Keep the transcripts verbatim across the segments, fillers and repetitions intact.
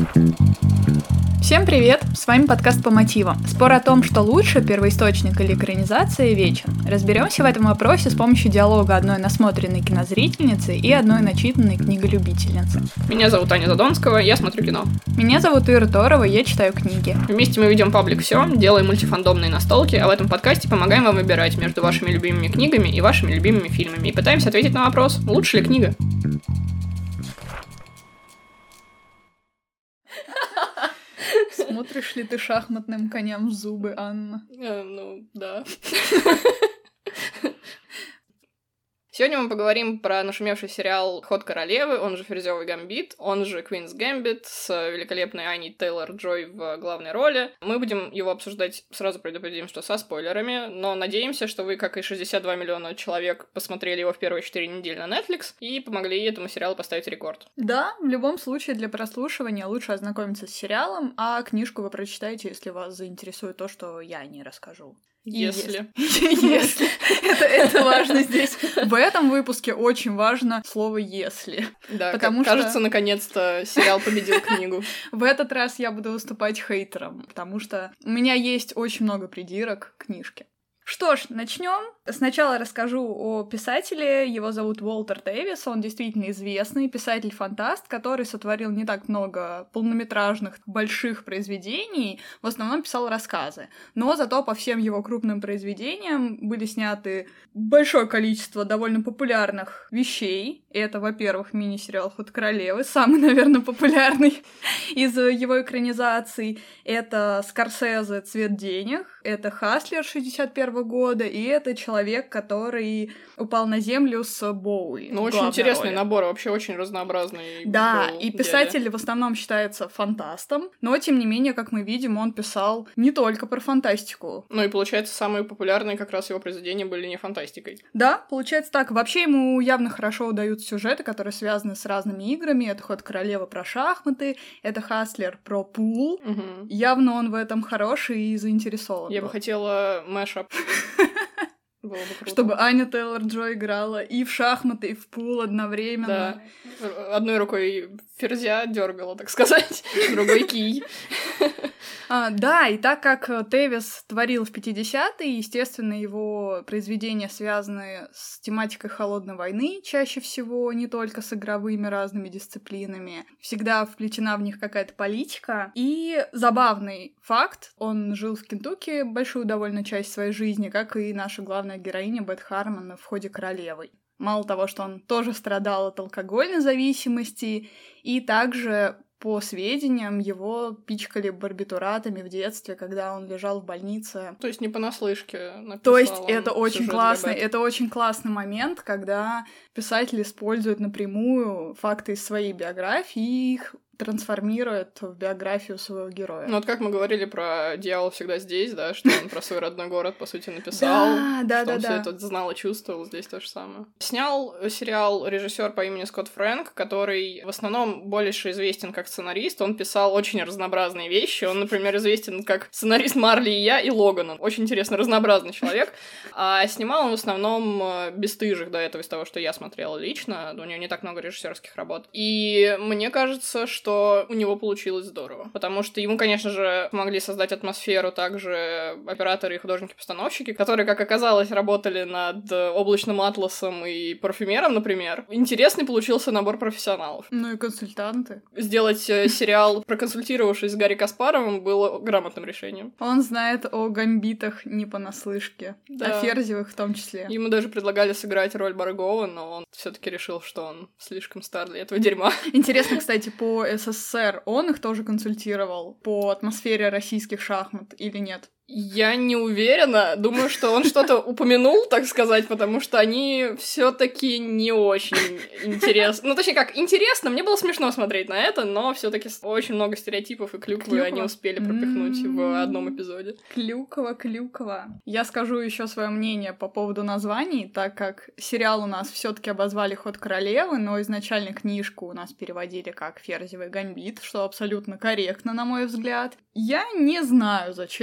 Всем привет! С вами подкаст «По мотивам». Спор о том, что лучше, первоисточник или экранизация, вечен. Разберемся в этом вопросе с помощью диалога одной насмотренной кинозрительницы и одной начитанной книголюбительницы. Меня зовут Аня Задонского, я смотрю кино. Меня зовут Ира Торова, я читаю книги. Вместе мы ведем паблик «Все», делаем мультифандомные настолки, а в этом подкасте помогаем вам выбирать между вашими любимыми книгами и вашими любимыми фильмами. И пытаемся ответить на вопрос, лучше ли книга? Смотришь ли ты шахматным коням в зубы, Анна? Э, ну, да. Сегодня мы поговорим про нашумевший сериал «Ход королевы», он же «Ферзёвый гамбит», он же «Queen's Gambit» с великолепной Аней Тейлор-Джой в главной роли. Мы будем его обсуждать, сразу предупредим, что со спойлерами, но надеемся, что вы, как и шестьдесят два миллиона человек, посмотрели его в первые четыре недели на Netflix и помогли этому сериалу поставить рекорд. Да, в любом случае для прослушивания лучше ознакомиться с сериалом, а книжку вы прочитаете, если вас заинтересует то, что я не расскажу. Если. Если. Это, это важно здесь. В этом выпуске очень важно слово «если». Да, потому как, что... кажется, наконец-то сериал победил книгу. В этот раз я буду выступать хейтером, потому что у меня есть очень много придирок к книжке. Что ж, начнем. Сначала расскажу о писателе. Его зовут Уолтер Дэвис. Он действительно известный писатель-фантаст, который сотворил не так много полнометражных больших произведений. В основном писал рассказы. Но зато по всем его крупным произведениям были сняты большое количество довольно популярных вещей. Это, во-первых, мини-сериал «Ход королевы», самый, наверное, популярный из его экранизаций. Это «Скорсезе. Цвет денег». Это «Хаслер» шестьдесят первого года, и это человек, который упал на землю с Боуи. Ну, очень интересный роли. Набор, вообще очень разнообразный. Да, и писатель дядя. В основном считается фантастом, но, тем не менее, как мы видим, он писал не только про фантастику. Ну и, получается, самые популярные как раз его произведения были не фантастикой. Да, получается так. Вообще ему явно хорошо удаются сюжеты, которые связаны с разными играми. Это «Ход королевы» про шахматы, это «Хаслер» про пул. Угу. Явно он в этом хороший и заинтересован. Я был. бы хотела мэшап. Было бы круто. Чтобы Аня Тейлор-Джой играла и в шахматы, и в пул одновременно. Да. Одной рукой ферзя дергала, так сказать, другой кий. А, да, и так как Дэвис творил в пятидесятые, естественно, его произведения связаны с тематикой холодной войны чаще всего, не только с игровыми разными дисциплинами. Всегда вплетена в них какая-то политика. И забавный факт, он жил в Кентукки большую довольно часть своей жизни, как и наша главная героиня Бет Хармон в «Ходе королевы». Мало того, что он тоже страдал от алкогольной зависимости, и также... По сведениям, его пичкали барбитуратами в детстве, когда он лежал в больнице. То есть не понаслышке написал. То есть это очень классный, это очень классный момент, когда писатель использует напрямую факты из своей биографии и их трансформирует в биографию своего героя. Ну вот как мы говорили про «Дьявол всегда здесь», да, что он про свой родной город, по сути, написал, да, да, что да, он да. все это знал и чувствовал, здесь то же самое. Снял сериал режиссер по имени Скотт Фрэнк, который в основном больше известен как сценарист, он писал очень разнообразные вещи, он, например, известен как сценарист «Марли и я» и «Логана», очень интересно, разнообразный человек, а снимал он в основном «Бесстыжих» до этого, из того, что я смотрела лично, у него не так много режиссерских работ, и мне кажется, что что у него получилось здорово. Потому что ему, конечно же, помогли создать атмосферу также операторы и художники-постановщики, которые, как оказалось, работали над «Облачным атласом» и «Парфюмером», например. Интересный получился набор профессионалов. Ну и консультанты. Сделать сериал, проконсультировавшись с Гарри Каспаровым, было грамотным решением. Он знает о гамбитах не понаслышке, да. О Ферзевых в том числе. Ему даже предлагали сыграть роль Баргова, но он все-таки решил, что он слишком стар для этого дерьма. Интересно, кстати, по СССР он их тоже консультировал по атмосфере российских шахмат или нет? Я не уверена. Думаю, что он что-то упомянул, так сказать, потому что они все-таки не очень интересны. Ну, точнее, как, интересно, мне было смешно смотреть на это, но все-таки очень много стереотипов и клюквы Клюква. Они успели пропихнуть mm-hmm. в одном эпизоде. Клюква, клюква. Я скажу еще свое мнение по поводу названий, так как сериал у нас все-таки обозвали «Ход королевы», но изначально книжку у нас переводили как «Ферзевый гамбит», что абсолютно корректно, на мой взгляд. Я не знаю, зачем они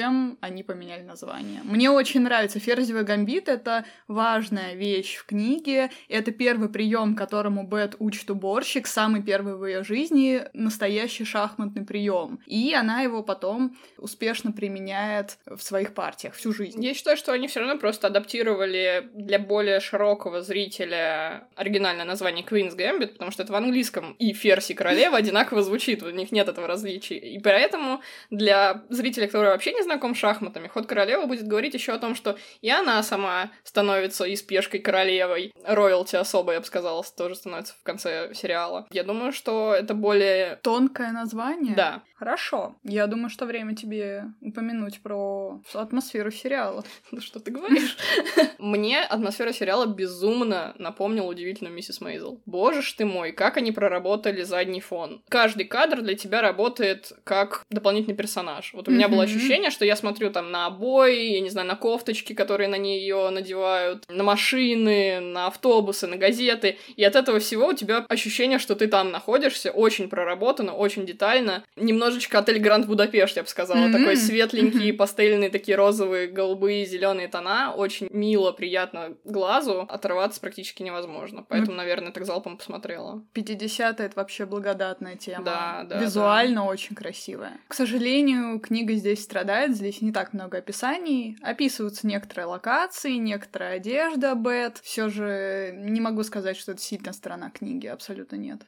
они поменяли название. Мне очень нравится. Ферзевый гамбит — это важная вещь в книге. Это первый прием, которому Бет учит уборщик, самый первый в ее жизни, настоящий шахматный прием. И она его потом успешно применяет в своих партиях всю жизнь. Я считаю, что они все равно просто адаптировали для более широкого зрителя оригинальное название Queen's Gambit, потому что это в английском и ферзь, и королева одинаково звучит, у них нет этого различия. И поэтому для зрителя, который вообще не знаком с шахматами, ход королевы будет говорить еще о том, что и она сама становится из пешкой королевой. Роялти особо, я бы сказала, тоже становится в конце сериала. Я думаю, что это более... Тонкое название? Да. Хорошо. Я думаю, что время тебе упомянуть про атмосферу сериала. Ну что ты говоришь? Мне атмосфера сериала безумно напомнила удивительную миссис Мейзел. Боже ж ты мой, как они проработали задний фон. Каждый кадр для тебя работает как дополнительный персонаж. Вот у меня было ощущение, что я смотрю там на обои, я не знаю, на кофточки, которые на нее надевают, на машины, на автобусы, на газеты. И от этого всего у тебя ощущение, что ты там находишься, очень проработано, очень детально. Немножечко отель Гранд Будапешт, я бы сказала. Mm-hmm. Такой светленький, пастельные, такие розовые, голубые, зеленые тона. Очень мило, приятно глазу. Оторваться практически невозможно. Поэтому, mm-hmm. наверное, так залпом посмотрела. пятидесятые — это вообще благодатная тема. Да, да. Визуально да. очень красивая. К сожалению, книга здесь страдает. Здесь не так много описаний. Описываются некоторые локации, некоторая одежда Бет. Все же не могу сказать, что это сильная сторона книги. Абсолютно нет.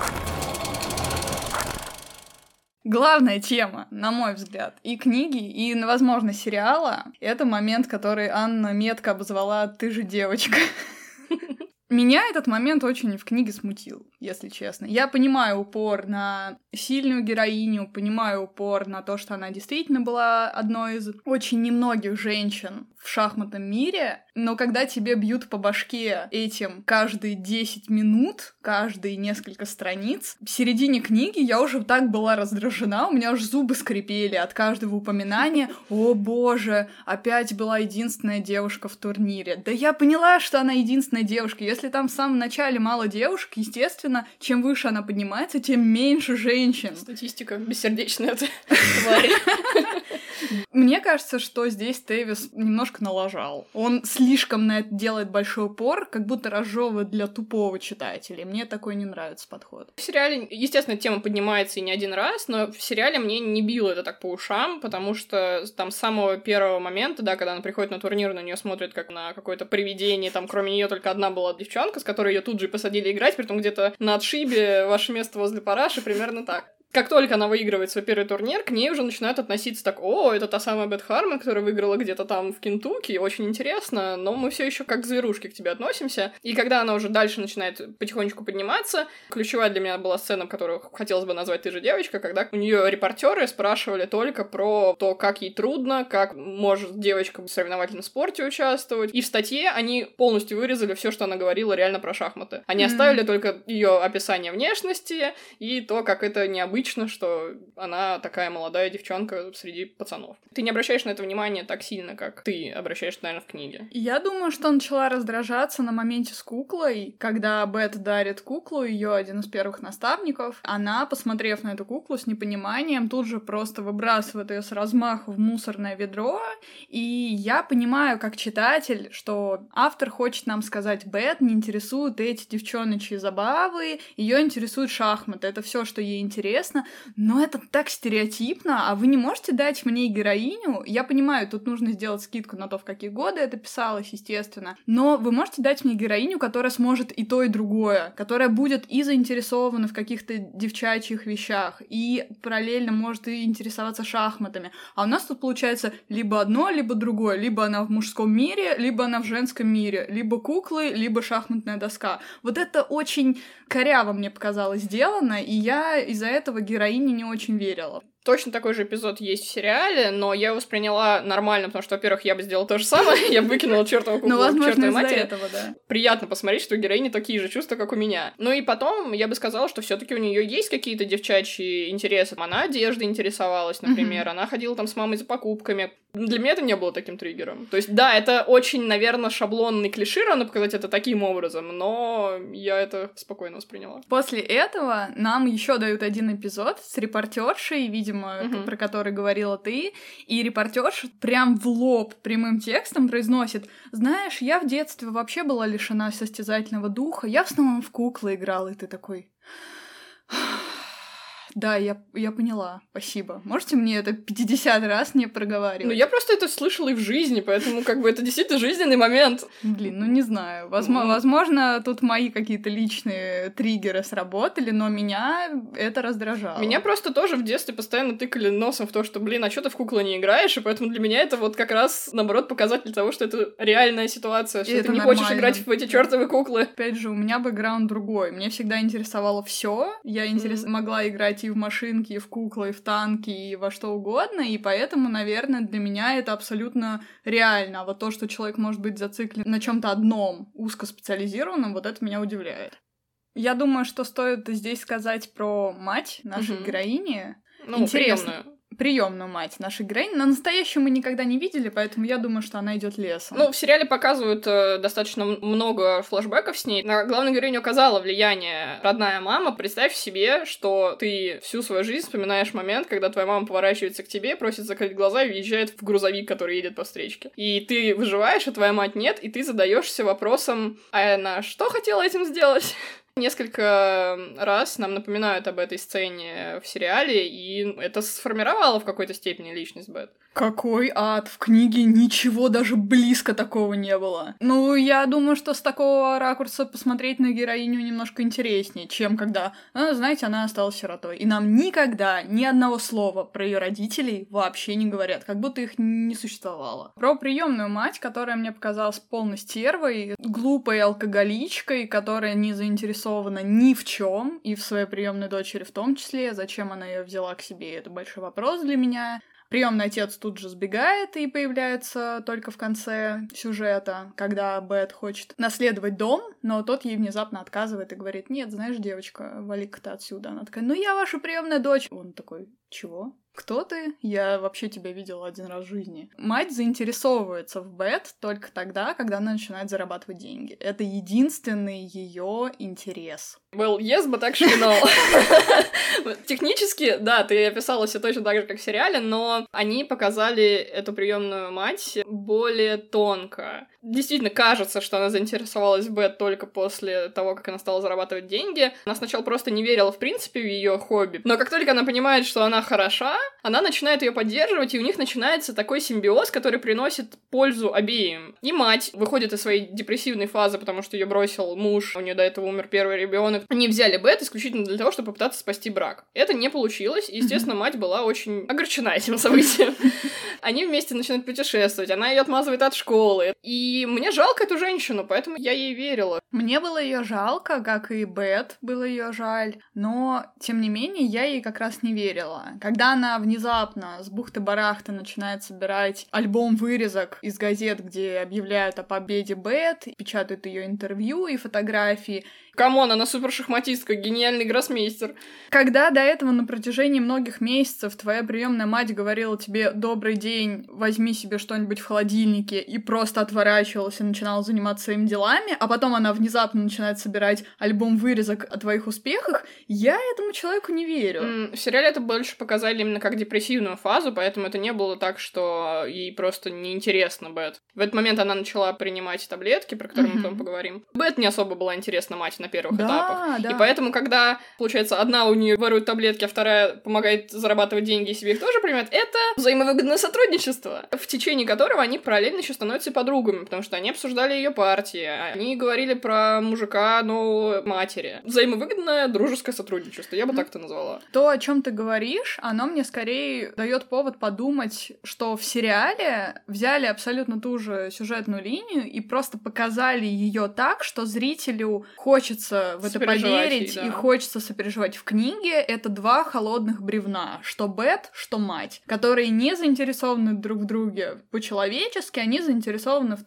Главная тема, на мой взгляд, и книги, и, возможно, сериала — это момент, который Анна метко обозвала «ты же девочка». Меня этот момент очень в книге смутил, если честно. Я понимаю упор на сильную героиню, понимаю упор на то, что она действительно была одной из очень немногих женщин в шахматном мире, но когда тебе бьют по башке этим каждые десять минут, каждые несколько страниц, в середине книги я уже так была раздражена, у меня уже зубы скрипели от каждого упоминания. О боже, опять была единственная девушка в турнире. Да я поняла, что она единственная девушка. Если там в самом начале мало девушек, естественно, чем выше она поднимается, тем меньше женщин. Статистика бессердечная эта тварь. Мне кажется, что здесь Тевис немножко налажал. Он слишком на это делает большой упор, как будто разжевывает для тупого читателя. Мне такой не нравится подход. В сериале, естественно, тема поднимается и не один раз, но в сериале мне не било это так по ушам, потому что там с самого первого момента, да, когда она приходит на турнир, на нее смотрят как на какое-то привидение, там кроме нее только одна была девчонка, с которой ее тут же посадили играть, притом где-то на отшибе, ваше место возле параши, примерно так. Как только она выигрывает свой первый турнир, к ней уже начинают относиться так: о, это та самая Бет Хармон, которая выиграла где-то там в Кентукки, очень интересно, но мы все еще как к зверушке к тебе относимся. И когда она уже дальше начинает потихонечку подниматься, ключевая для меня была сцена, которую хотелось бы назвать «Ты же девочка», когда у нее репортеры спрашивали только про то, как ей трудно, как может девочка в соревновательном спорте участвовать. И в статье они полностью вырезали все, что она говорила реально про шахматы. Они mm-hmm. оставили только ее описание внешности и то, как это необычно, что она такая молодая девчонка среди пацанов. Ты не обращаешь на это внимание так сильно, как ты обращаешь, наверное, в книге. Я думаю, что начала раздражаться на моменте с куклой, когда Бет дарит куклу, ее один из первых наставников. Она, посмотрев на эту куклу с непониманием, тут же просто выбрасывает ее с размаху в мусорное ведро. И я понимаю, как читатель, что автор хочет нам сказать: Бет не интересуют эти девчоночьи забавы, ее интересуют шахматы, это все, что ей интересно. Но это так стереотипно, а вы не можете дать мне героиню? Я понимаю, тут нужно сделать скидку на то, в какие годы это писалось, естественно, но вы можете дать мне героиню, которая сможет и то, и другое, которая будет и заинтересована в каких-то девчачьих вещах, и параллельно может и интересоваться шахматами. А у нас тут получается либо одно, либо другое. Либо она в мужском мире, либо она в женском мире. Либо куклы, либо шахматная доска. Вот это очень коряво мне показалось сделано, и я из-за этого героине не очень верила. Точно такой же эпизод есть в сериале, но я его восприняла нормально, потому что, во-первых, я бы сделала то же самое, я бы выкинула чертову куклу к чертовой матери. Этого, да. Приятно посмотреть, что у героини такие же чувства, как у меня. Ну и потом я бы сказала, что все-таки у нее есть какие-то девчачьи интересы. Она одеждой интересовалась, например, mm-hmm. она ходила там с мамой за покупками. Для меня это не было таким триггером. То есть, да, это очень, наверное, шаблонный, клишированно показать это таким образом, но я это спокойно восприняла. После этого нам еще дают один эпизод с репортершей, видимо, видимо, Мгм. про который говорила ты, и репортёрша прям в лоб прямым текстом произносит: знаешь, я в детстве вообще была лишена состязательного духа, я в основном в куклы играла, и ты такой... Да, я, я поняла, спасибо. Можете мне это пятьдесят раз не проговаривать? Ну, я просто это слышала и в жизни, поэтому как бы это действительно жизненный момент. Блин, ну не знаю. Возможно, Ну. возможно, тут мои какие-то личные триггеры сработали, но меня это раздражало. Меня просто тоже в детстве постоянно тыкали носом в то, что, блин, а что ты в куклы не играешь? И поэтому для меня это вот как раз, наоборот, показатель того, что это реальная ситуация, что И ты это не нормально. хочешь играть в эти чертовы куклы. Опять же, у меня бэкграунд другой. Мне всегда интересовало все. Я интерес... Мгм. могла играть и в машинки, и в куклы, и в танки, и во что угодно, и поэтому, наверное, для меня это абсолютно реально. А вот то, что человек может быть зациклен на чем то одном узкоспециализированном, вот это меня удивляет. Я думаю, что стоит здесь сказать про мать нашей Мгм. героини. Ну, Интересно. приемную. Приемную мать нашей героини. На настоящую мы никогда не видели, поэтому я думаю, что она идет лесом. Ну, в сериале показывают э, достаточно м- много флешбеков с ней. На главную героиню оказала влияние родная мама. Представь себе, что ты всю свою жизнь вспоминаешь момент, когда твоя мама поворачивается к тебе, просит закрыть глаза и въезжает в грузовик, который едет по встречке. И ты выживаешь, а твоя мать нет, и ты задаешься вопросом: а она что хотела этим сделать? Несколько раз нам напоминают об этой сцене в сериале, и это сформировало в какой-то степени личность Бет. Какой ад! В книге ничего даже близко такого не было. Ну, я думаю, что с такого ракурса посмотреть на героиню немножко интереснее, чем когда, ну, знаете, она осталась сиротой. И нам никогда ни одного слова про ее родителей вообще не говорят, как будто их не существовало. Про приемную мать, которая мне показалась полной стервой, глупой алкоголичкой, которая не заинтересована ни в чем, и в своей приемной дочери в том числе. Зачем она ее взяла к себе, это большой вопрос для меня. Приемный отец тут же сбегает и появляется только в конце сюжета, когда Бет хочет наследовать дом, но тот ей внезапно отказывает и говорит: нет, знаешь, девочка, вали-ка ты отсюда. Она такая: ну я ваша приемная дочь. Он такой: чего? Кто ты? Я вообще тебя видела один раз в жизни. Мать заинтересовывается в Бет только тогда, когда она начинает зарабатывать деньги. Это единственный ее интерес. Well, yes, but actually no. Технически, да, ты описала все точно так же, как в сериале, но они показали эту приемную мать более тонко. Действительно, кажется, что она заинтересовалась в Бет только после того, как она стала зарабатывать деньги. Она сначала просто не верила, в принципе, в ее хобби. Но как только она понимает, что она хороша, она начинает ее поддерживать, и у них начинается такой симбиоз, который приносит пользу обеим. И мать выходит из своей депрессивной фазы, потому что ее бросил муж, у нее до этого умер первый ребенок. Они взяли Бет исключительно для того, чтобы попытаться спасти брак. Это не получилось, и, естественно, мать была очень огорчена этим событием. Они вместе начинают путешествовать, она ее отмазывает от школы. И мне жалко эту женщину, поэтому я ей верила. Мне было ее жалко, как и Бет было ее жаль, но, тем не менее, я ей как раз не верила. Когда она внезапно с бухты-барахты начинает собирать альбом вырезок из газет, где объявляют о победе Бет, печатают ее интервью и фотографии. Камон, она супершахматистка, гениальный гроссмейстер. Когда до этого на протяжении многих месяцев твоя приемная мать говорила тебе: добрый день, возьми себе что-нибудь в холодильнике, и просто отворачивалась и начинала заниматься своими делами, а потом она внезапно начинает собирать альбом вырезок о твоих успехах, я этому человеку не верю. Mm, в сериале это больше показали именно как депрессивную фазу, поэтому это не было так, что ей просто неинтересно Бет. В этот момент она начала принимать таблетки, про которые mm-hmm. мы потом поговорим. Бет не особо была интересна мать на первых да, этапах. Да. И поэтому, когда, получается, одна у нее ворует таблетки, а вторая помогает зарабатывать деньги и себе их тоже принимает, это взаимовыгодное сотрудничество, в течение которого они параллельно еще становятся подругами, потому что они обсуждали ее партии, они говорили про мужика новой матери. Взаимовыгодное дружеское сотрудничество, я бы mm. так это назвала. То, о чем ты говоришь, оно мне скорее дает повод подумать, что в сериале взяли абсолютно ту же сюжетную линию и просто показали ее так, что зрителю хочется в это поверить ей, да. И хочется сопереживать. В книге это два холодных бревна, что Бет, что мать, которые не заинтересованы друг в друге по-человечески, они заинтересованы в том,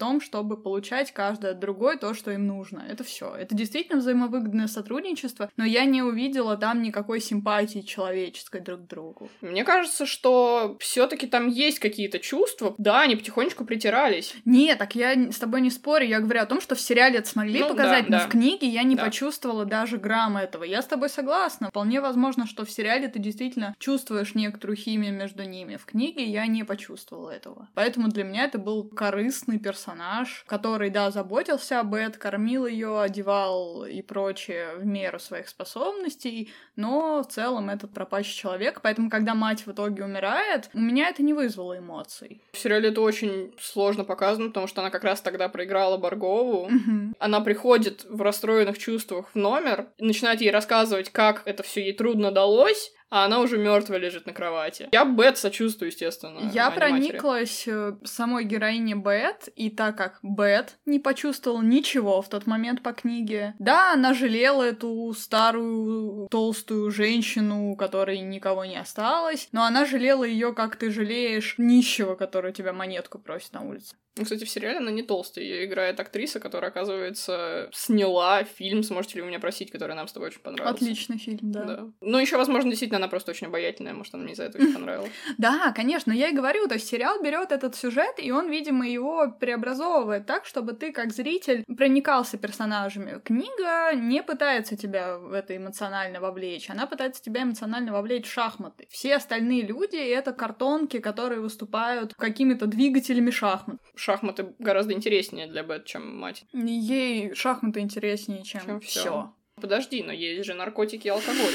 том, чтобы получать каждый от другой то, что им нужно. Это все. Это действительно взаимовыгодное сотрудничество, но я не увидела там никакой симпатии человеческой друг к другу. Мне кажется, что все-таки там есть какие-то чувства. Да, они потихонечку притирались. Нет, так я с тобой не спорю. Я говорю о том, что в сериале это смогли ну, показать, да, но да. в книге я не да. почувствовала даже грамм этого. Я с тобой согласна. Вполне возможно, что в сериале ты действительно чувствуешь некоторую химию между ними. В книге я не почувствовала этого. Поэтому для меня это был корыстный персонаж, который, да, заботился об Бет, кормил ее, одевал и прочее в меру своих способностей, но в целом этот пропащий человек. Поэтому, когда мать в итоге умирает, у меня это не вызвало эмоций. В сериале это очень сложно показано, потому что она как раз тогда проиграла Баргову. Угу. Она приходит в расстроенных чувствах в номер, начинает ей рассказывать, как это все ей трудно далось, а она уже мертвая лежит на кровати. Я Бет сочувствую, естественно. Я прониклась матери. самой героине Бет, и так как Бет не почувствовала ничего в тот момент по книге, да, она жалела эту старую толстую женщину, у которой никого не осталось, но она жалела ее, как ты жалеешь нищего, который у тебя монетку просит на улице. Ну, кстати, в сериале она не толстая. Ее играет актриса, которая, оказывается, сняла фильм «Сможете ли вы меня простить», который нам с тобой очень понравился. Отличный фильм, да. да. Ну, еще, возможно, действительно, она просто очень обаятельная. Может, она мне из-за этого очень понравилась. Да, конечно. Я и говорю, то есть сериал берет этот сюжет, и он, видимо, его преобразовывает так, чтобы ты, как зритель, проникался персонажами. Книга не пытается тебя в это эмоционально вовлечь. Она пытается тебя эмоционально вовлечь в шахматы. Все остальные люди — это картонки, которые выступают какими-то двигателями шахмат. Шахматы гораздо интереснее для Бет, чем мать. Ей шахматы интереснее, чем, чем все. Подожди, но есть же наркотики и алкоголь.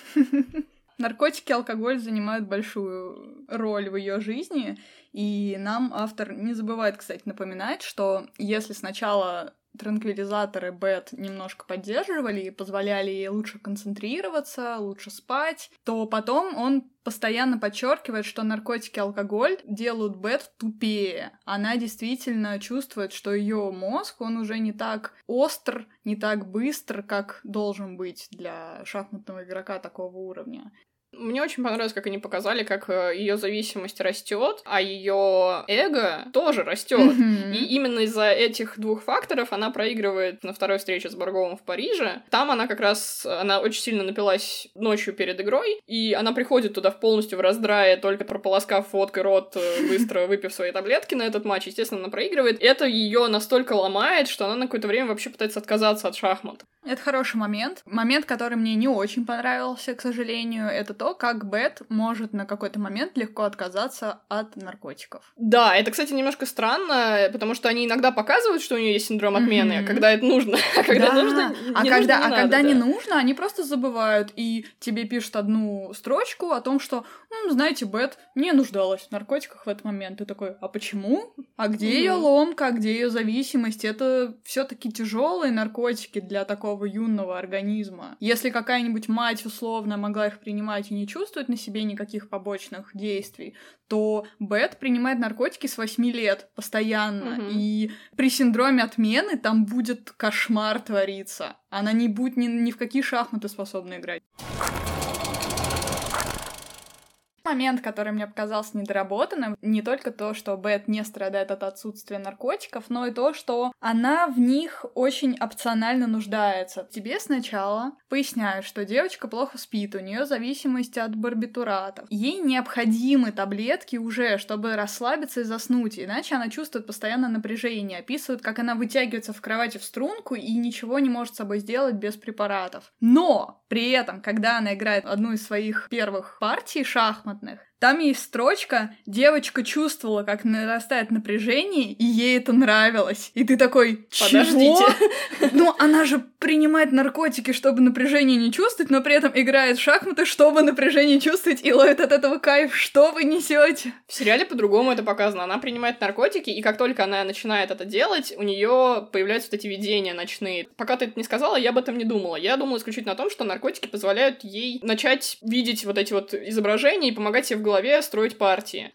Наркотики и алкоголь занимают большую роль в ее жизни, и нам автор не забывает, кстати, напоминать, что если сначала транквилизаторы Бет немножко поддерживали и позволяли ей лучше концентрироваться, лучше спать, то потом он постоянно подчеркивает, что наркотики и алкоголь делают Бет тупее. Она действительно чувствует, что ее мозг, он уже не так остр, не так быстр, как должен быть для шахматного игрока такого уровня. Мне очень понравилось, как они показали, как ее зависимость растет, а ее эго тоже растет. Mm-hmm. И именно из-за этих двух факторов она проигрывает на второй встрече с Барговым в Париже. Там она как раз, она очень сильно напилась ночью перед игрой, и она приходит туда полностью в раздрае, только прополоскав водкой рот, быстро выпив свои таблетки на этот матч. Естественно, она проигрывает. Это ее настолько ломает, что она на какое-то время вообще пытается отказаться от шахмат. Это хороший момент. Момент, который мне не очень понравился, к сожалению, это то, как Бет может на какой-то момент легко отказаться от наркотиков. Да, это, кстати, немножко странно, потому что они иногда показывают, что у нее есть синдром отмены, mm-hmm. а когда это нужно, а когда да. нужно, не а нужно, когда, не а надо, когда да. не нужно, они просто забывают, и тебе пишут одну строчку о том, что, ну, знаете, Бет не нуждалась в наркотиках в этот момент. Ты такой, а почему? А где mm-hmm. ее ломка, где ее зависимость? Это все-таки тяжелые наркотики для такого юного организма. Если какая-нибудь мать условно могла их принимать и не чувствует на себе никаких побочных действий, то Бет принимает наркотики с восьми лет постоянно. Mm-hmm. И при синдроме отмены там будет кошмар твориться. Она не будет ни, ни в какие шахматы способна играть. Момент, который мне показался недоработанным, не только то, что Бет не страдает от отсутствия наркотиков, но и то, что она в них очень опционально нуждается. Тебе сначала поясняют, что девочка плохо спит, у нее зависимость от барбитуратов. Ей необходимы таблетки уже, чтобы расслабиться и заснуть, иначе она чувствует постоянное напряжение. Описывают, как она вытягивается в кровати в струнку и ничего не может с собой сделать без препаратов. Но при этом, когда она играет одну из своих первых партий шахмат, там есть строчка «Девочка чувствовала, как нарастает напряжение, и ей это нравилось». И ты такой «Чего?» Подождите. Ну, она же принимает наркотики, чтобы напряжение не чувствовать, но при этом играет в шахматы, чтобы напряжение чувствовать, и ловит от этого кайф. Что вы несете? В сериале по-другому это показано. Она принимает наркотики, и как только она начинает это делать, у нее появляются вот эти видения ночные. Пока ты это не сказала, я об этом не думала. Я думала исключительно о том, что наркотики позволяют ей начать видеть вот эти вот изображения и помогать ей в голове строить партии.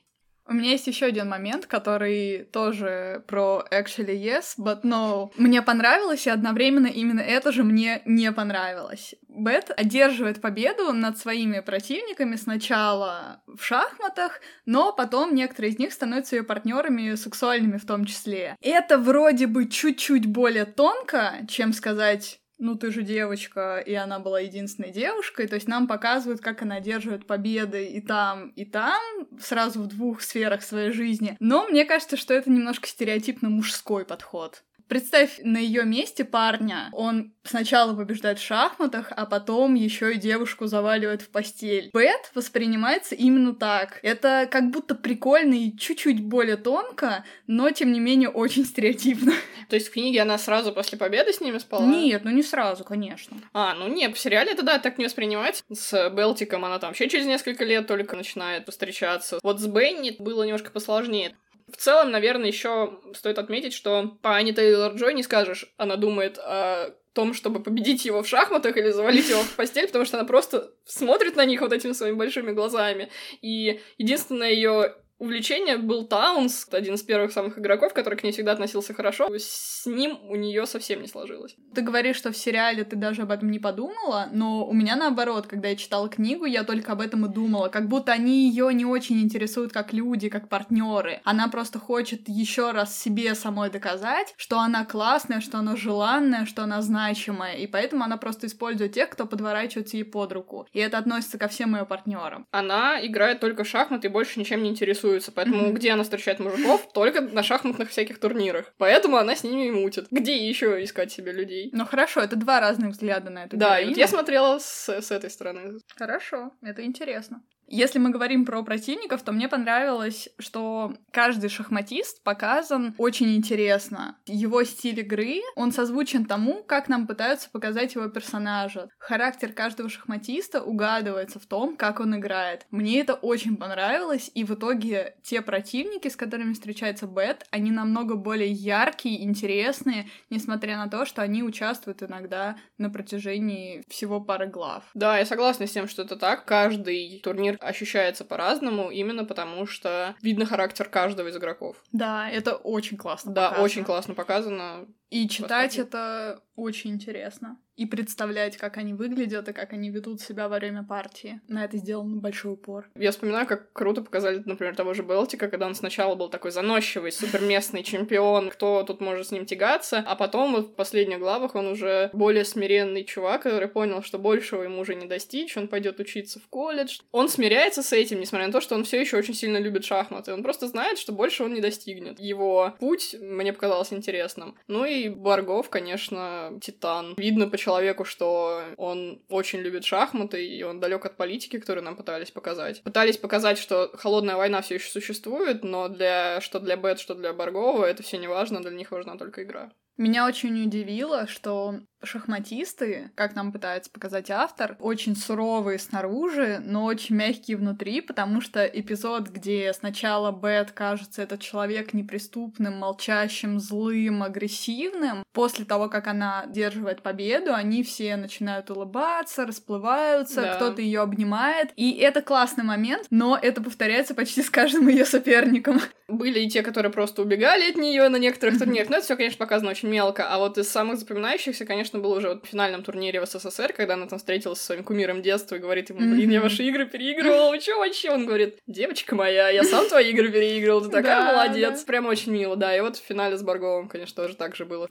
У меня есть еще один момент, который тоже про actually yes, but no. Мне понравилось, и одновременно именно это же мне не понравилось. Бет одерживает победу над своими противниками сначала в шахматах, но потом некоторые из них становятся ее партнерами сексуальными в том числе. Это вроде бы чуть-чуть более тонко, чем сказать... ну ты же девочка, и она была единственной девушкой, то есть нам показывают, как она одерживает победы и там, и там, сразу в двух сферах своей жизни. Но мне кажется, что это немножко стереотипно мужской подход. Представь на ее месте парня. Он сначала побеждает в шахматах, а потом еще и девушку заваливает в постель. Бет воспринимается именно так. Это как будто прикольно и чуть-чуть более тонко, но тем не менее очень стереотипно. То есть в книге она сразу после победы с ними спала? Нет, ну не сразу, конечно. А, ну нет, в сериале это, да, так не воспринимается. С Белтиком она там вообще через несколько лет только начинает встречаться. Вот с Бенни было немножко посложнее. В целом, наверное, еще стоит отметить, что по Ане Тейлор-Джой не скажешь, она думает о том, чтобы победить его в шахматах или завалить его в постель, потому что она просто смотрит на них вот этими своими большими глазами. И единственное ее увлечение был Таунс, один из первых самых игроков, который к ней всегда относился хорошо. С ним у нее совсем не сложилось. Ты говоришь, что в сериале ты даже об этом не подумала, но у меня наоборот, когда я читала книгу, я только об этом и думала, как будто они ее не очень интересуют как люди, как партнеры. Она просто хочет еще раз себе самой доказать, что она классная, что она желанная, что она значимая, и поэтому она просто использует тех, кто подворачивается ей под руку. И это относится ко всем ее партнерам. Она играет только в шахматы и больше ничем не интересуется. Поэтому mm-hmm. где она встречает мужиков? Только на шахматных всяких турнирах. Поэтому она с ними и мутит. Где еще искать себе людей? Ну хорошо, это два разных взгляда на эту Да, героиню. и вот я смотрела с, с этой стороны. Хорошо, это интересно. Если мы говорим про противников, то мне понравилось, что каждый шахматист показан очень интересно. Его стиль игры, он созвучен тому, как нам пытаются показать его персонажа. Характер каждого шахматиста угадывается в том, как он играет. Мне это очень понравилось, и в итоге те противники, с которыми встречается Бет, они намного более яркие, интересные, несмотря на то, что они участвуют иногда на протяжении всего пары глав. Да, я согласна с тем, что это так. Каждый турнир ощущается по-разному, именно потому что видно характер каждого из игроков. Да, это очень классно да, показано. Да, очень классно показано. И читать это очень интересно. И представлять, как они выглядят и как они ведут себя во время партии. На это сделан большой упор. Я вспоминаю, как круто показали, например, того же Белтика, когда он сначала был такой заносчивый, суперместный чемпион, кто тут может с ним тягаться, а потом вот в последних главах он уже более смиренный чувак, который понял, что большего ему уже не достичь, он пойдет учиться в колледж. Он смиряется с этим, несмотря на то, что он все еще очень сильно любит шахматы. Он просто знает, что больше он не достигнет. Его путь мне показался интересным. Ну и Баргов, конечно, титан. Видно по человеку, что он очень любит шахматы, и он далек от политики, которую нам пытались показать. Пытались показать, что холодная война все еще существует, но для что для Бет, что для Баргова, это все не важно, для них важна только игра. Меня очень удивило, что шахматисты, как нам пытается показать автор, очень суровые снаружи, но очень мягкие внутри, потому что эпизод, где сначала Бет кажется этот человек неприступным, молчащим, злым, агрессивным, после того, как она одерживает победу, они все начинают улыбаться, расплываются, да. Кто-то ее обнимает, и это классный момент, но это повторяется почти с каждым ее соперником. Были и те, которые просто убегали от нее на некоторых турнирах, но это все, конечно, показано очень мелко, а вот из самых запоминающихся, конечно, было уже вот в финальном турнире в СССР, когда она там встретилась со своим кумиром детства и говорит ему: блин, я ваши игры переигрывала, вы чё вообще? Он говорит: девочка моя, я сам твои игры переигрывал, ты такая да, молодец. Да. Прям очень мило, да, и вот в финале с Барговым, конечно, тоже так же было.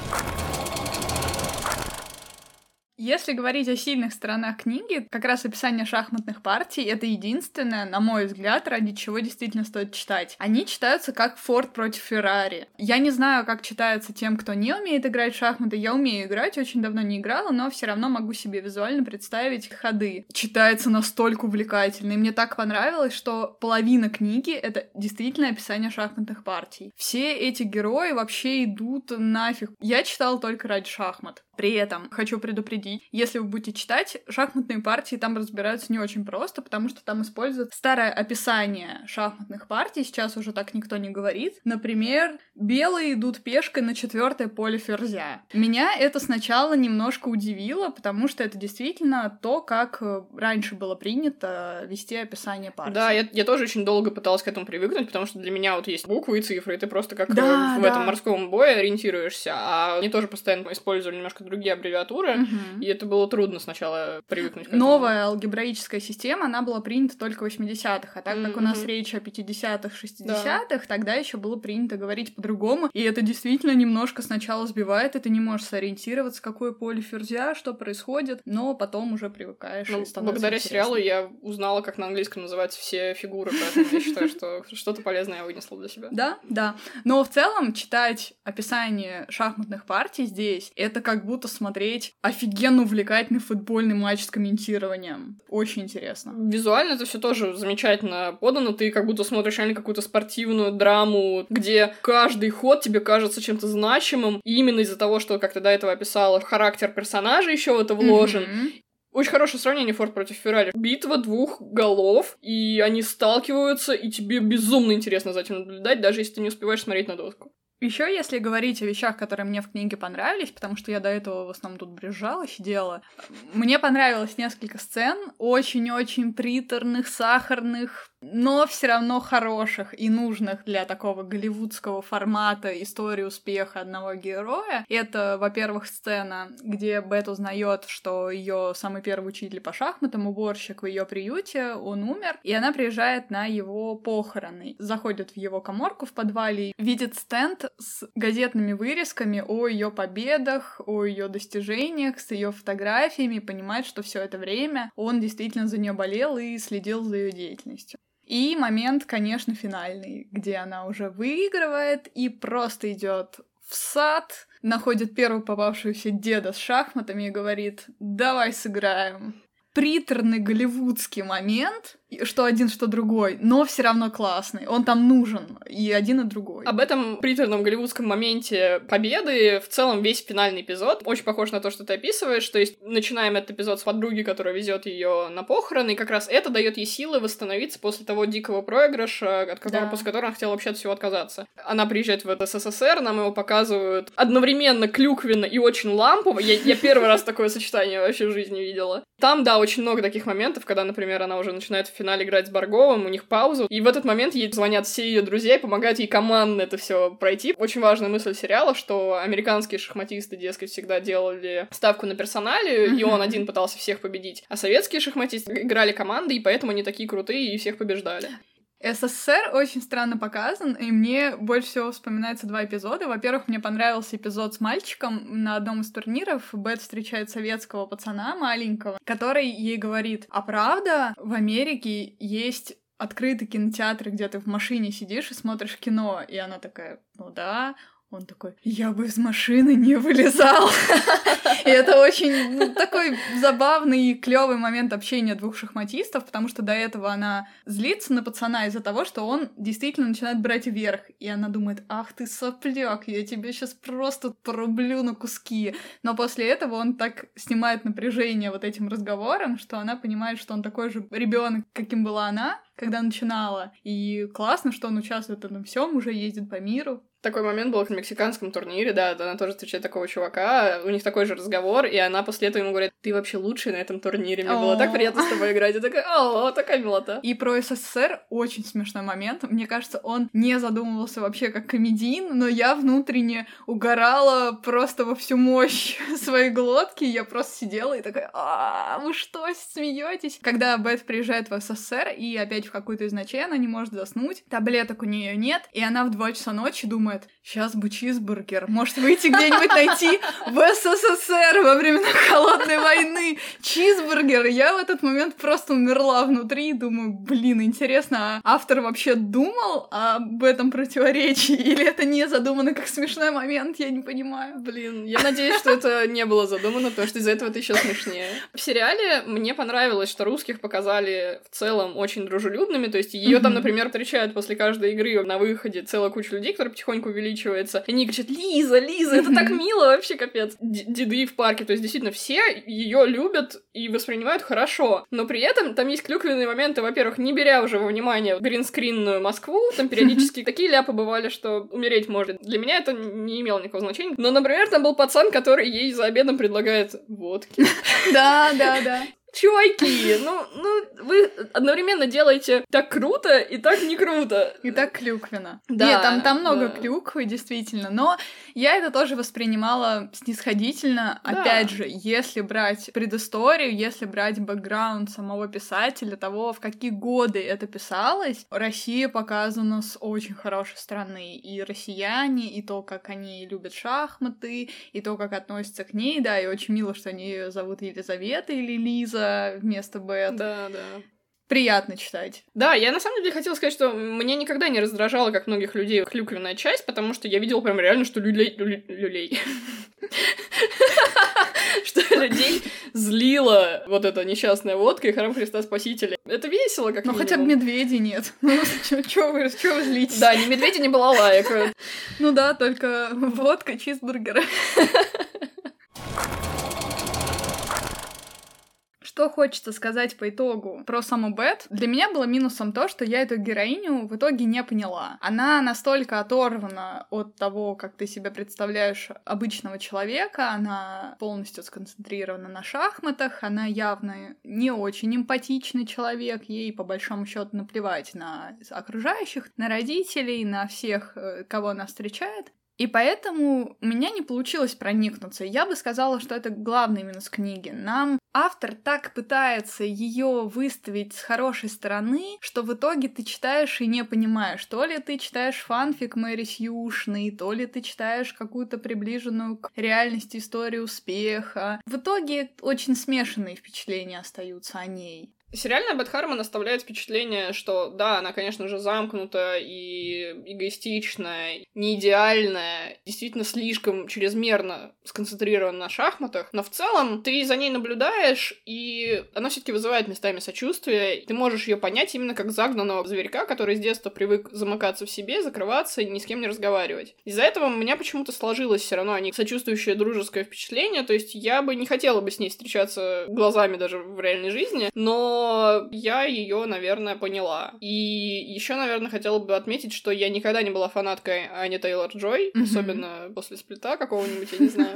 Если говорить о сильных сторонах книги, как раз описание шахматных партий — это единственное, на мой взгляд, ради чего действительно стоит читать. Они читаются как Форд против Феррари. Я не знаю, как читается тем, кто не умеет играть в шахматы. Я умею играть, очень давно не играла, но все равно могу себе визуально представить ходы. Читается настолько увлекательно, и мне так понравилось, что половина книги — это действительно описание шахматных партий. Все эти герои вообще идут нафиг. Я читала только ради шахмат. При этом хочу предупредить, если вы будете читать, шахматные партии там разбираются не очень просто, потому что там используют старое описание шахматных партий, сейчас уже так никто не говорит. Например, белые идут пешкой на четвертое поле ферзя. Меня это сначала немножко удивило, потому что это действительно то, как раньше было принято вести описание партии. Да, я, я тоже очень долго пыталась к этому привыкнуть, потому что для меня вот есть буквы и цифры, и ты просто как да, в да. этом морском бое ориентируешься, а они тоже постоянно использовали немножко другие аббревиатуры, угу. и это было трудно сначала привыкнуть к этому. Новая алгебраическая система, она была принята только в восьмидесятых, а так как mm-hmm. у нас речь о пятидесятых, шестидесятых, да. тогда еще было принято говорить по-другому, и это действительно немножко сначала сбивает, и ты не можешь сориентироваться, какое поле ферзя, что происходит, но потом уже привыкаешь, ну, и становится благодаря интересно. Сериалу я узнала, как на английском называются все фигуры, поэтому я считаю, что что-то полезное я вынесла для себя. Да, да. Но в целом читать описание шахматных партий здесь, это как будто смотреть офигенно увлекательный футбольный матч с комментированием. Очень интересно. Визуально это все тоже замечательно подано. Ты как будто смотришь реально какую-то спортивную драму, где каждый ход тебе кажется чем-то значимым. И именно из-за того, что, как ты до этого описала, характер персонажа еще в это вложен. Mm-hmm. Очень хорошее сравнение Форд против Феррари. Битва двух голов, и они сталкиваются, и тебе безумно интересно за этим наблюдать, даже если ты не успеваешь смотреть на доску. Еще если говорить о вещах, которые мне в книге понравились, потому что я до этого в основном тут брюзжала, сидела, мне понравилось несколько сцен, очень-очень приторных, сахарных, но все равно хороших и нужных для такого голливудского формата истории успеха одного героя. Это, во-первых, сцена, где Бет узнает, что ее самый первый учитель по шахматам, уборщик в ее приюте, он умер, и она приезжает на его похороны. Заходит в его каморку в подвале, видит стенд с газетными вырезками о ее победах, о ее достижениях, с ее фотографиями, понимает, что все это время он действительно за нее болел и следил за ее деятельностью. И момент, конечно, финальный, где она уже выигрывает и просто идет в сад, находит первого попавшегося деда с шахматами и говорит: «Давай сыграем». Приторный голливудский момент, что один, что другой, но все равно классный. Он там нужен, и один, и другой. Об этом приторном голливудском моменте победы в целом весь финальный эпизод очень похож на то, что ты описываешь. То есть начинаем этот эпизод с подруги, которая везет ее на похороны, и как раз это дает ей силы восстановиться после того дикого проигрыша, от которого, да. после которого она хотела вообще от всего отказаться. Она приезжает в СССР, нам его показывают одновременно клюквенно и очень лампово. Я, я первый раз такое сочетание вообще в жизни видела. Там, да, очень много таких моментов, когда, например, она уже начинает в финале играть с Барговым, у них паузу, и в этот момент ей звонят все ее друзья и помогают ей командно это все пройти. Очень важная мысль сериала, что американские шахматисты, дескать, всегда делали ставку на персоналию, mm-hmm. и он один пытался всех победить, а советские шахматисты играли командой, и поэтому они такие крутые и всех побеждали. СССР очень странно показан, и мне больше всего вспоминаются два эпизода. Во-первых, мне понравился эпизод с мальчиком на одном из турниров. Бет встречает советского пацана маленького, который ей говорит: «А правда, в Америке есть открытые кинотеатры, где ты в машине сидишь и смотришь кино?» И она такая: «Ну да». Он такой: «Я бы из машины не вылезал». И это очень ну, такой забавный и клёвый момент общения двух шахматистов, потому что до этого она злится на пацана из-за того, что он действительно начинает брать вверх. И она думает: «Ах ты сопляк, я тебя сейчас просто порублю на куски». Но после этого он так снимает напряжение вот этим разговором, что она понимает, что он такой же ребенок, каким была она, когда начинала. И классно, что он участвует в этом всем, уже ездит по миру. Такой момент был на мексиканском турнире, да, она тоже встречает такого чувака, у них такой же разговор, и она после этого ему говорит: «Ты вообще лучший на этом турнире, мне было так приятно с тобой играть». Я такая: «О, такая милота». И про СССР очень смешной момент. Мне кажется, он не задумывался вообще как комедийн, но я внутренне угорала просто во всю мощь своей глотки. Я просто сидела и такая: «А, вы что, смеетесь?» Когда Бет приезжает в СССР, и опять в какую-то из ночей она не может заснуть, таблеток у нее нет, и она в два часа ночи думает: «Сейчас бы чизбургер, может выйти где-нибудь найти в СССР во времена Холодной войны». войны чизбургер. Я в этот момент просто умерла внутри, думаю, блин, интересно, а автор вообще думал об этом противоречии, или это не задумано как смешной момент, я не понимаю. Блин, я надеюсь, что это не было задумано, потому что из-за этого это еще смешнее. В сериале мне понравилось, что русских показали в целом очень дружелюбными, то есть ее mm-hmm. там, например, встречают после каждой игры на выходе целая куча людей, которая потихоньку увеличивается, и они кричат: Лиза, Лиза, это так мило, вообще капец. Д- деды в парке, то есть действительно все ее любят и воспринимают хорошо, но при этом там есть клюквенные моменты, во-первых, не беря уже во внимание гринскринную Москву, там периодически такие ляпы бывали, что умереть может. Для меня это не имело никакого значения. Но, например, там был пацан, который ей за обедом предлагает водки. Да, да, да. Чуваки, ну, ну, вы одновременно делаете так круто и так не круто. И так клюквенно. Да, Нет, там, там много да. клюквы, действительно, но я это тоже воспринимала снисходительно. Да. Опять же, если брать предысторию, если брать бэкграунд самого писателя, того, в какие годы это писалось, Россия показана с очень хорошей стороны. И россияне, и то, как они любят шахматы, и то, как относятся к ней, да, и очень мило, что они ее зовут Елизавета или Лиза вместо Бет. Да, да. Приятно читать. Да, я на самом деле хотела сказать, что меня никогда не раздражала, как многих людей, клюквенная часть, потому что я видела прям реально, что люлей... Люлей... Что людей злила вот эта несчастная водка и Храм Христа Спасителя. Это весело, как минимум. Ну, хотя бы медведей нет. Ну, чё вы злитесь? Да, ни медведя, ни балалаек. Ну да, только водка, чизбургеры. Что хочется сказать по итогу про саму Бет? Для меня было минусом то, что я эту героиню в итоге не поняла. Она настолько оторвана от того, как ты себе представляешь обычного человека, она полностью сконцентрирована на шахматах, она явно не очень эмпатичный человек, ей по большому счету наплевать на окружающих, на родителей, на всех, кого она встречает. И поэтому у меня не получилось проникнуться. Я бы сказала, что это главный минус книги. Нам автор так пытается ее выставить с хорошей стороны, что в итоге ты читаешь и не понимаешь, то ли ты читаешь фанфик Мэри Сьюшной, то ли ты читаешь какую-то приближенную к реальности историю успеха. В итоге очень смешанные впечатления остаются о ней. Сериальная Бет Хармон оставляет впечатление, что, да, она, конечно же, замкнута и эгоистичная, не идеальная, действительно слишком чрезмерно сконцентрирована на шахматах, но в целом ты за ней наблюдаешь, и она все-таки вызывает местами сочувствие, ты можешь ее понять именно как загнанного зверька, который с детства привык замыкаться в себе, закрываться и ни с кем не разговаривать. Из-за этого у меня почему-то сложилось все равно не сочувствующее дружеское впечатление, то есть я бы не хотела бы с ней встречаться глазами даже в реальной жизни, но Но я ее, наверное, поняла. И еще, наверное, хотела бы отметить, что я никогда не была фанаткой Ани Тейлор-Джой, mm-hmm. особенно после сплита какого-нибудь, я не знаю.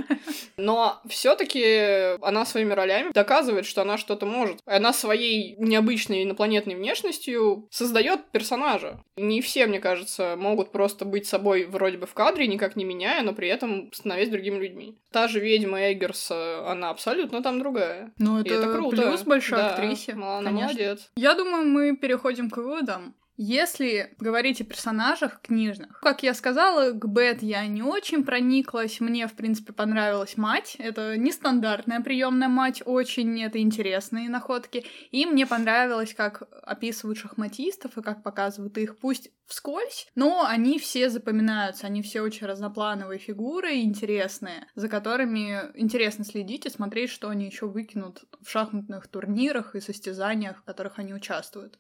Но все-таки она своими ролями доказывает, что она что-то может. Она своей необычной инопланетной внешностью создает персонажа. Не все, мне кажется, могут просто быть собой вроде бы в кадре, никак не меняя, но при этом становясь другими людьми. Та же ведьма Эггерс, она абсолютно там другая. Ну, это, это круто. Плюс большой да. актрисе. Она молодец. Я думаю, мы переходим к выводам. Если говорить о персонажах книжных, как я сказала, к Бет я не очень прониклась. Мне, в принципе, понравилась мать. Это нестандартная приемная мать, очень это интересные находки. И мне понравилось, как описывают шахматистов и как показывают их, пусть вскользь, но они все запоминаются, они все очень разноплановые фигуры, интересные, за которыми интересно следить и смотреть, что они еще выкинут в шахматных турнирах и состязаниях, в которых они участвуют.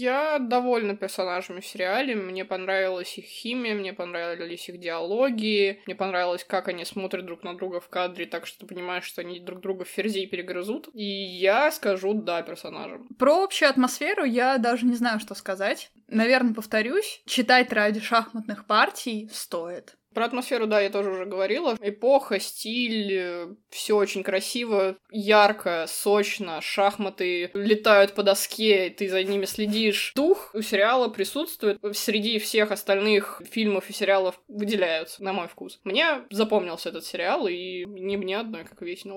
Я довольна персонажами в сериале, мне понравилась их химия, мне понравились их диалоги, мне понравилось, как они смотрят друг на друга в кадре, так что ты понимаешь, что они друг друга в ферзей перегрызут, и я скажу «да» персонажам. Про общую атмосферу я даже не знаю, что сказать. Наверное, повторюсь, читать ради шахматных партий стоит. Про атмосферу, да, я тоже уже говорила. Эпоха, стиль, все очень красиво, ярко, сочно, шахматы летают по доске, ты за ними следишь. Дух у сериала присутствует, среди всех остальных фильмов и сериалов выделяются, на мой вкус. Мне запомнился этот сериал, и не мне одной, как выяснилось.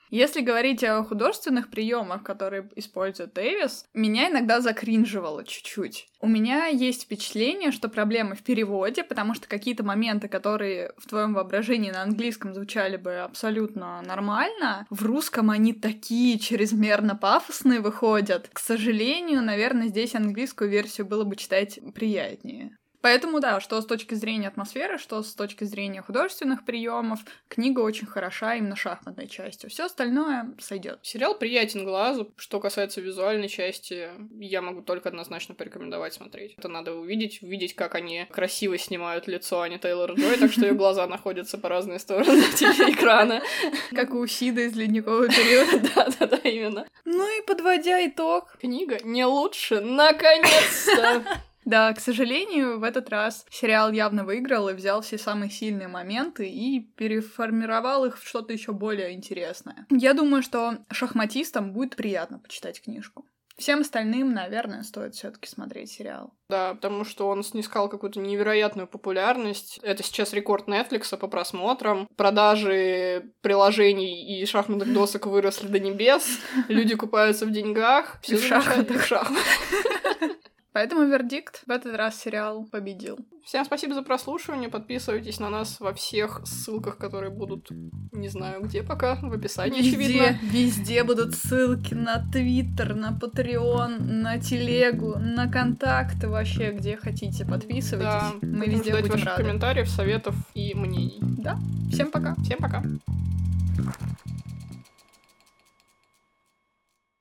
Если говорить о художественных приемах, которые использует Дэвис, меня иногда закринживало чуть-чуть. У меня есть впечатление, что проблемы в переводе, потому что какие-то моменты, которые в твоем воображении на английском звучали бы абсолютно нормально, в русском они такие чрезмерно пафосные выходят. К сожалению, наверное, здесь английскую версию было бы читать приятнее. Поэтому, да, что с точки зрения атмосферы, что с точки зрения художественных приемов, книга очень хороша именно шахматной частью. Все остальное сойдет. Сериал приятен глазу. Что касается визуальной части, я могу только однозначно порекомендовать смотреть. Это надо увидеть, увидеть, как они красиво снимают лицо Ани Тейлор-Джой, так что ее глаза находятся по разные стороны телеэкрана. Как у Сиды из «Ледникового периода». Да-да-да, именно. Ну и подводя итог. Книга не лучше, наконец-то! Да, к сожалению, в этот раз сериал явно выиграл и взял все самые сильные моменты и переформировал их в что-то еще более интересное. Я думаю, что шахматистам будет приятно почитать книжку. Всем остальным, наверное, стоит все-таки смотреть сериал. Да, потому что он снискал какую-то невероятную популярность. Это сейчас рекорд Netflix по просмотрам. Продажи приложений и шахматных досок выросли до небес. Люди купаются в деньгах. И в шахматах. В шахматах. Поэтому вердикт: в этот раз сериал победил. Всем спасибо за прослушивание. Подписывайтесь на нас во всех ссылках, которые будут, не знаю где пока, в описании, везде, очевидно. Везде будут ссылки на Твиттер, на Патреон, на Телегу, на контакты, вообще где хотите. Подписывайтесь. Да, мы будем везде ждать будем ваших рады. комментариев, советов и мнений. Да, всем пока. Всем пока.